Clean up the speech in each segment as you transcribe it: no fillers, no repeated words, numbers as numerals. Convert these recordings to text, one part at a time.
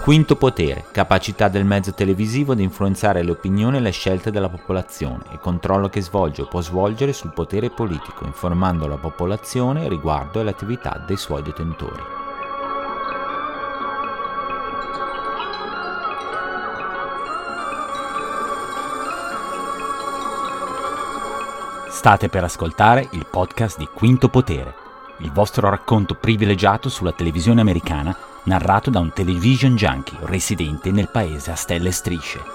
Quinto potere, capacità del mezzo televisivo di influenzare le opinioni e le scelte della popolazione e controllo che svolge o può svolgere sul potere politico, informando la popolazione riguardo alle attività dei suoi detentori. State per ascoltare il podcast di Quinto Potere, il vostro racconto privilegiato sulla televisione americana, narrato da un television junkie residente nel paese a stelle e strisce.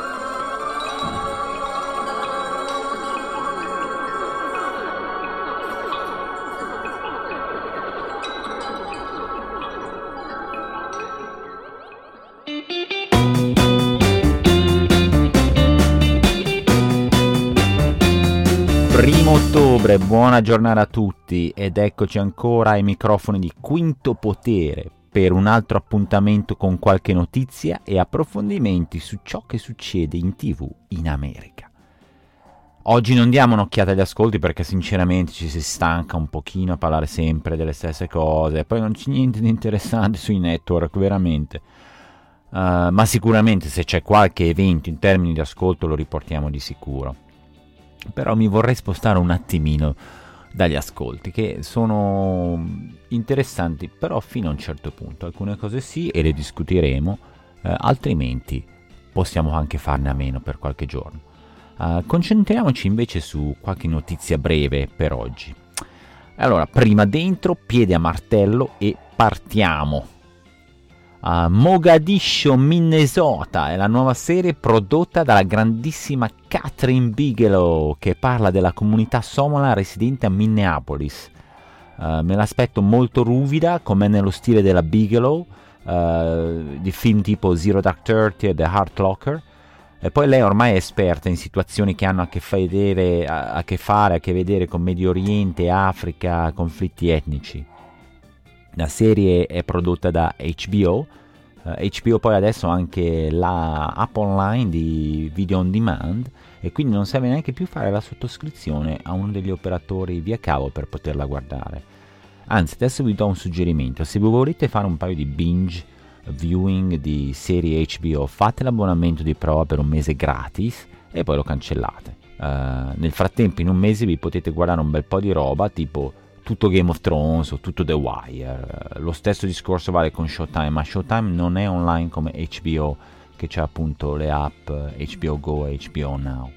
Primo ottobre, buona giornata a tutti ed eccoci ancora ai microfoni di Quinto Potere per un altro appuntamento con qualche notizia e approfondimenti su ciò che succede in TV in America. Oggi non diamo un'occhiata agli ascolti perché sinceramente ci si stanca un pochino a parlare sempre delle stesse cose, poi non c'è niente di interessante sui network, veramente. Ma sicuramente se c'è qualche evento in termini di ascolto lo riportiamo di sicuro. Però mi vorrei spostare un attimino dagli ascolti, che sono interessanti però fino a un certo punto. Alcune cose sì e le discuteremo, altrimenti possiamo anche farne a meno per qualche giorno. Concentriamoci invece su qualche notizia breve per oggi. Allora, prima dentro, piede a martello e partiamo. Mogadiscio, Minnesota è la nuova serie prodotta dalla grandissima Kathryn Bigelow, che parla della comunità somala residente a Minneapolis. Me l'aspetto molto ruvida, come nello stile della Bigelow, di film tipo Zero Dark Thirty e The Hurt Locker. E poi lei ormai è esperta in situazioni che hanno a che vedere con Medio Oriente, Africa, conflitti etnici. La serie è prodotta da HBO. HBO poi adesso ha anche la app online di video on demand e quindi non serve neanche più fare la sottoscrizione a uno degli operatori via cavo per poterla guardare. Anzi, adesso vi do un suggerimento: se voi volete fare un paio di binge viewing di serie HBO, fate l'abbonamento di prova per un mese gratis e poi lo cancellate. Nel frattempo, in un mese vi potete guardare un bel po' di roba, tipo tutto Game of Thrones o tutto The Wire. Lo stesso discorso vale con Showtime, ma Showtime non è online come HBO, che c'ha appunto le app HBO Go e HBO Now.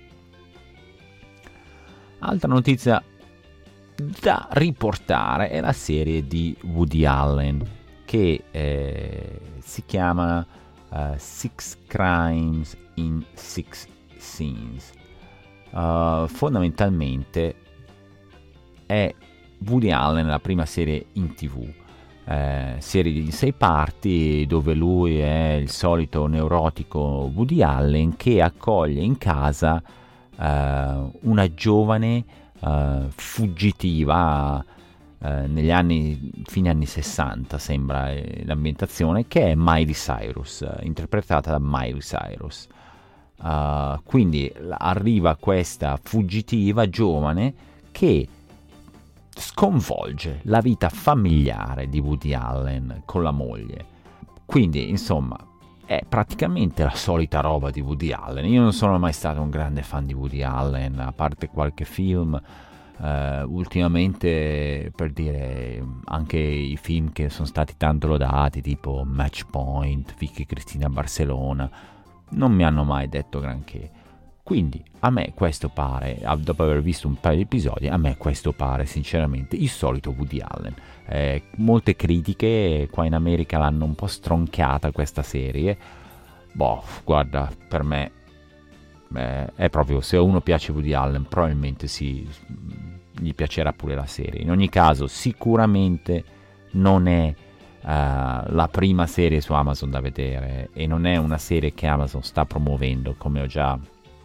Altra notizia da riportare è la serie di Woody Allen che si chiama Six Crimes in Six Scenes. Fondamentalmente è Woody Allen, la prima serie in TV, serie di 6 parti dove lui è il solito neurotico Woody Allen che accoglie in casa una giovane fuggitiva negli fine anni 60 sembra l'ambientazione, che è Miley Cyrus, interpretata da Miley Cyrus. Quindi arriva questa fuggitiva giovane che sconvolge la vita familiare di Woody Allen con la moglie. Quindi insomma è praticamente la solita roba di Woody Allen. Io non sono mai stato un grande fan di Woody Allen, a parte qualche film. Ultimamente, per dire, anche i film che sono stati tanto lodati, tipo Match Point, Vicky Cristina Barcellona, non mi hanno mai detto granché. Quindi a me questo pare, dopo aver visto un paio di episodi, a me questo pare sinceramente il solito Woody Allen. Molte critiche qua in America l'hanno un po' stroncata questa serie. Guarda, per me è proprio, se a uno piace Woody Allen probabilmente gli piacerà pure la serie. In ogni caso sicuramente non è la prima serie su Amazon da vedere e non è una serie che Amazon sta promuovendo, come ho già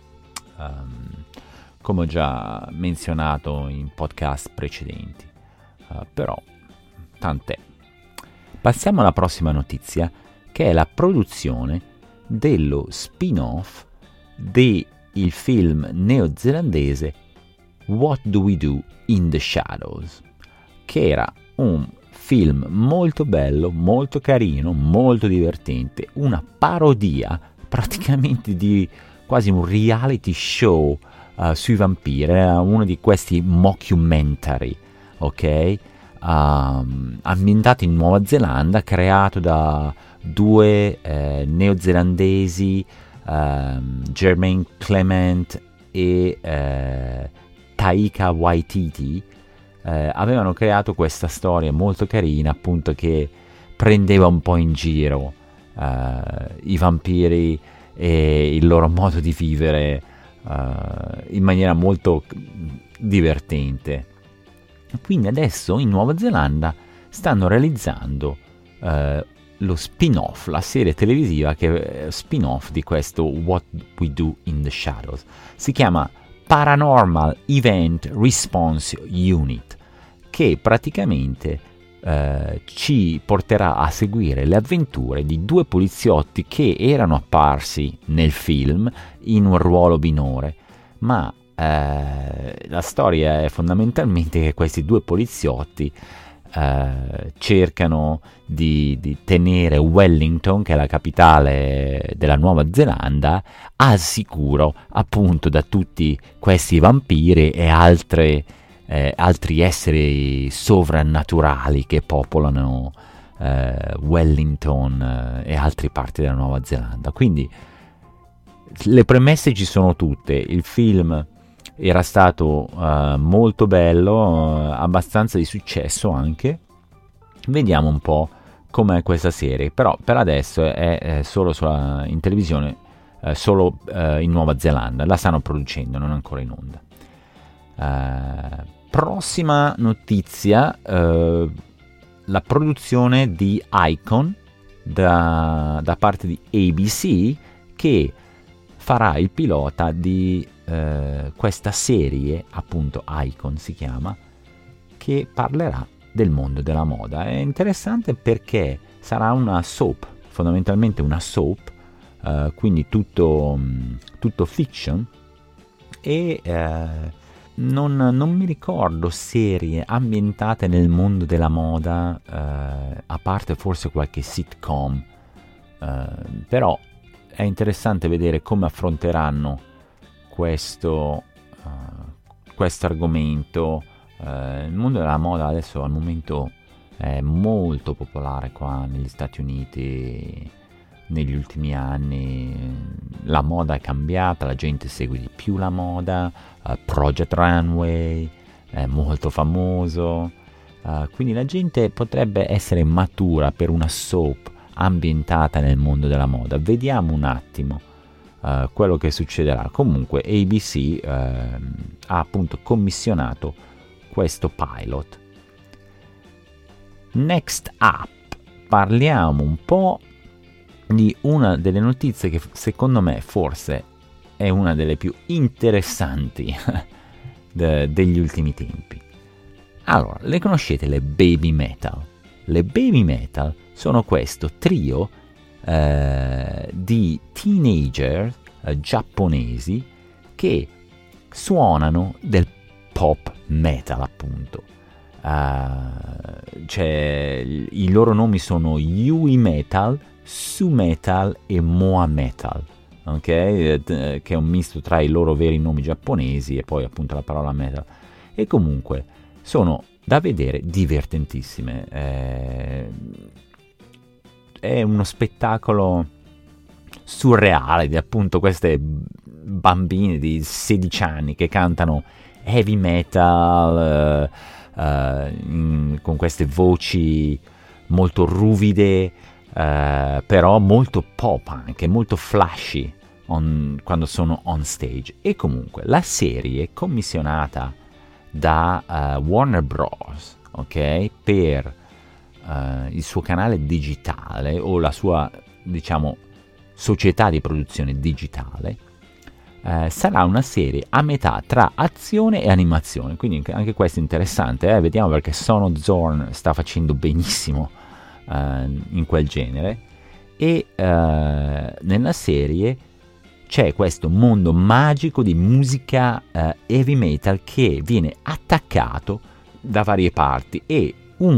menzionato in podcast precedenti. Però tant'è. Passiamo alla prossima notizia, che è la produzione dello spin-off del film neozelandese What Do We Do in the Shadows, che era un film molto bello, molto carino, molto divertente, una parodia praticamente di quasi un reality show sui vampiri, era uno di questi mockumentary, ok? Ambientato in Nuova Zelanda, creato da due neozelandesi, Jermaine Clement e Taika Waititi. Avevano creato questa storia molto carina, appunto, che prendeva un po' in giro i vampiri e il loro modo di vivere in maniera molto divertente. Quindi adesso in Nuova Zelanda stanno realizzando lo spin-off, la serie televisiva che è spin-off di questo What We Do in the Shadows. Si chiama Paranormal Event Response Unit, che praticamente ci porterà a seguire le avventure di due poliziotti che erano apparsi nel film in un ruolo minore, ma la storia è fondamentalmente che questi due poliziotti cercano di tenere Wellington, che è la capitale della Nuova Zelanda, al sicuro appunto da tutti questi vampiri e altri esseri sovrannaturali che popolano Wellington e altre parti della Nuova Zelanda. Quindi le premesse ci sono tutte. Il film era stato molto bello, abbastanza di successo anche. Vediamo un po' com'è questa serie, però per adesso è solo in televisione, solo in Nuova Zelanda, la stanno producendo, non è ancora in onda. Prossima notizia, la produzione di Icon da parte di ABC, che farà il pilota di questa serie, appunto Icon si chiama, che parlerà del mondo della moda. È interessante perché sarà una soap, fondamentalmente una soap, quindi tutto fiction, e non mi ricordo serie ambientate nel mondo della moda, a parte forse qualche sitcom, però è interessante vedere come affronteranno questo argomento. Il mondo della moda adesso al momento è molto popolare qua negli Stati Uniti. Negli ultimi anni la moda è cambiata, la gente segue di più la moda. Project Runway è molto famoso, quindi la gente potrebbe essere matura per una soap ambientata nel mondo della moda. Vediamo un attimo quello che succederà. Comunque ABC ha appunto commissionato questo pilot. Next up parliamo un po' di una delle notizie che secondo me forse è una delle più interessanti degli ultimi tempi. Allora, le conoscete le Baby Metal? Le Baby Metal sono questo trio di teenager giapponesi che suonano del pop metal, appunto. I loro nomi sono Yui Metal, Su Metal e Moa Metal, ok? Che è un misto tra i loro veri nomi giapponesi e poi appunto la parola metal. E comunque sono da vedere divertentissime. È uno spettacolo surreale di appunto queste bambine di 16 anni che cantano heavy metal con queste voci molto ruvide, però molto pop, anche molto flashy quando sono on stage. E comunque la serie commissionata da Warner Bros., ok, per il suo canale digitale o la sua, diciamo, società di produzione digitale, sarà una serie a metà tra azione e animazione. Quindi anche questo è interessante, vediamo, perché Son of Zorn sta facendo benissimo in quel genere. E nella serie c'è questo mondo magico di musica heavy metal che viene attaccato da varie parti, e un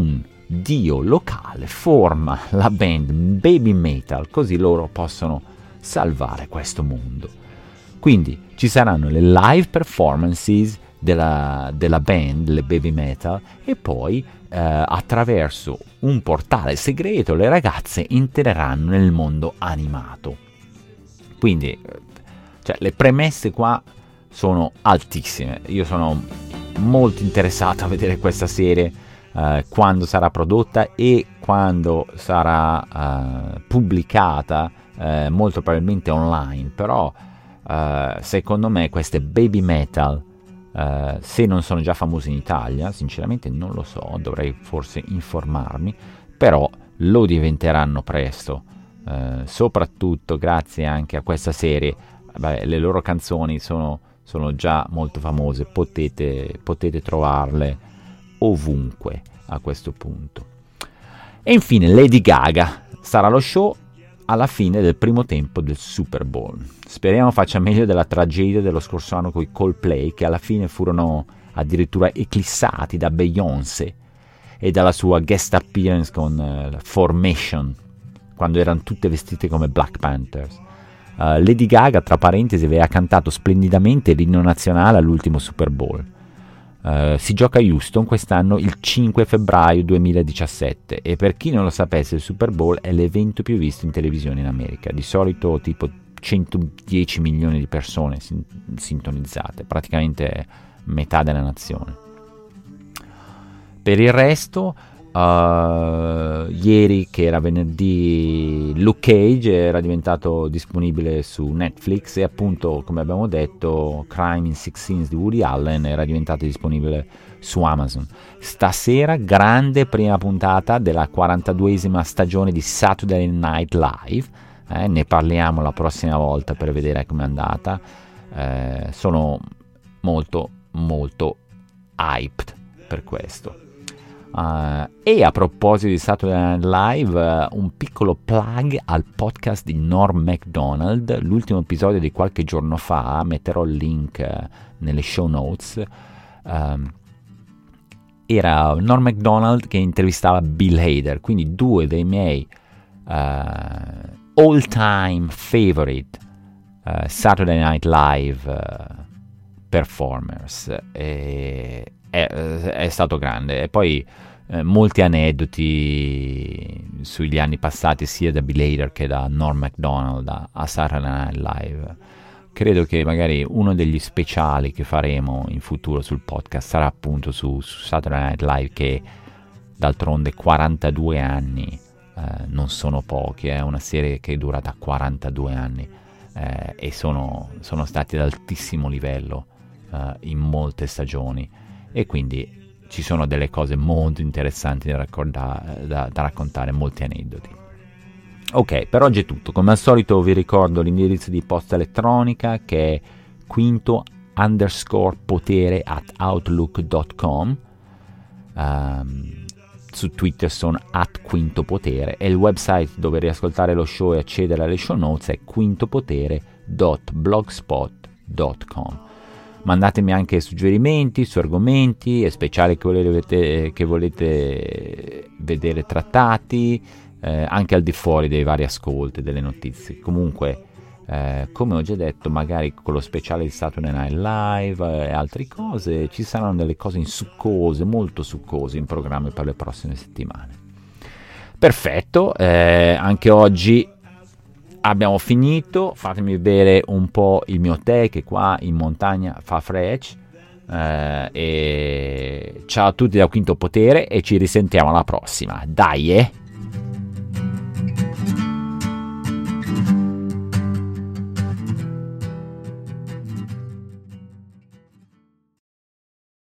dio locale forma la band Baby Metal, così loro possono salvare questo mondo. Quindi ci saranno le live performances della band, le Baby Metal, e poi attraverso un portale segreto le ragazze entreranno nel mondo animato. Quindi le premesse qua sono altissime. Io sono molto interessato a vedere questa serie quando sarà prodotta e quando sarà pubblicata, molto probabilmente online, però secondo me queste Baby Metal, se non sono già famose in Italia, sinceramente non lo so, dovrei forse informarmi, però lo diventeranno presto, soprattutto grazie anche a questa serie. Le loro canzoni sono già molto famose, potete trovarle ovunque a questo punto. E infine Lady Gaga sarà lo show alla fine del primo tempo del Super Bowl. Speriamo faccia meglio della tragedia dello scorso anno con i Coldplay, che alla fine furono addirittura eclissati da Beyoncé e dalla sua guest appearance con Formation, quando erano tutte vestite come Black Panthers. Lady Gaga, tra parentesi, aveva cantato splendidamente l'inno nazionale all'ultimo Super Bowl. Si gioca a Houston quest'anno il 5 febbraio 2017 e per chi non lo sapesse il Super Bowl è l'evento più visto in televisione in America, di solito tipo 110 milioni di persone sintonizzate, praticamente metà della nazione. Per il resto ieri, che era venerdì, Luke Cage era diventato disponibile su Netflix e appunto, come abbiamo detto, Crime in Six Scenes di Woody Allen era diventato disponibile su Amazon. Stasera grande prima puntata della 42esima stagione di Saturday Night Live, ne parliamo la prossima volta per vedere com'è andata. Sono molto molto hyped per questo. E a proposito di Saturday Night Live, un piccolo plug al podcast di Norm Macdonald, l'ultimo episodio di qualche giorno fa, metterò il link nelle show notes. Era Norm Macdonald che intervistava Bill Hader, quindi due dei miei all time favorite Saturday Night Live performers. È stato grande, e poi molti aneddoti sugli anni passati sia da Bill Hader che da Norm Macdonald a Saturday Night Live. Credo che magari uno degli speciali che faremo in futuro sul podcast sarà appunto su Saturday Night Live, che d'altronde 42 anni non sono pochi, è una serie che dura da 42 anni e sono stati ad altissimo livello in molte stagioni, e quindi ci sono delle cose molto interessanti da raccontare, molti aneddoti. Ok, per oggi è tutto. Come al solito vi ricordo l'indirizzo di posta elettronica, che è quinto_potere@outlook.com. Su Twitter sono @quintopotere e il website dove riascoltare lo show e accedere alle show notes è quintopotere.blogspot.com. Mandatemi anche suggerimenti su argomenti e speciali che volete vedere trattati, anche al di fuori dei vari ascolti, delle notizie. Comunque, come ho già detto, magari con lo speciale di Saturday Night Live e altre cose, ci saranno delle cose succose, molto succose in programma per le prossime settimane. Perfetto, anche oggi abbiamo finito. Fatemi bere un po' il mio tè, che qua in montagna fa fresh. E ciao a tutti da Quinto Potere e ci risentiamo alla prossima. Dai,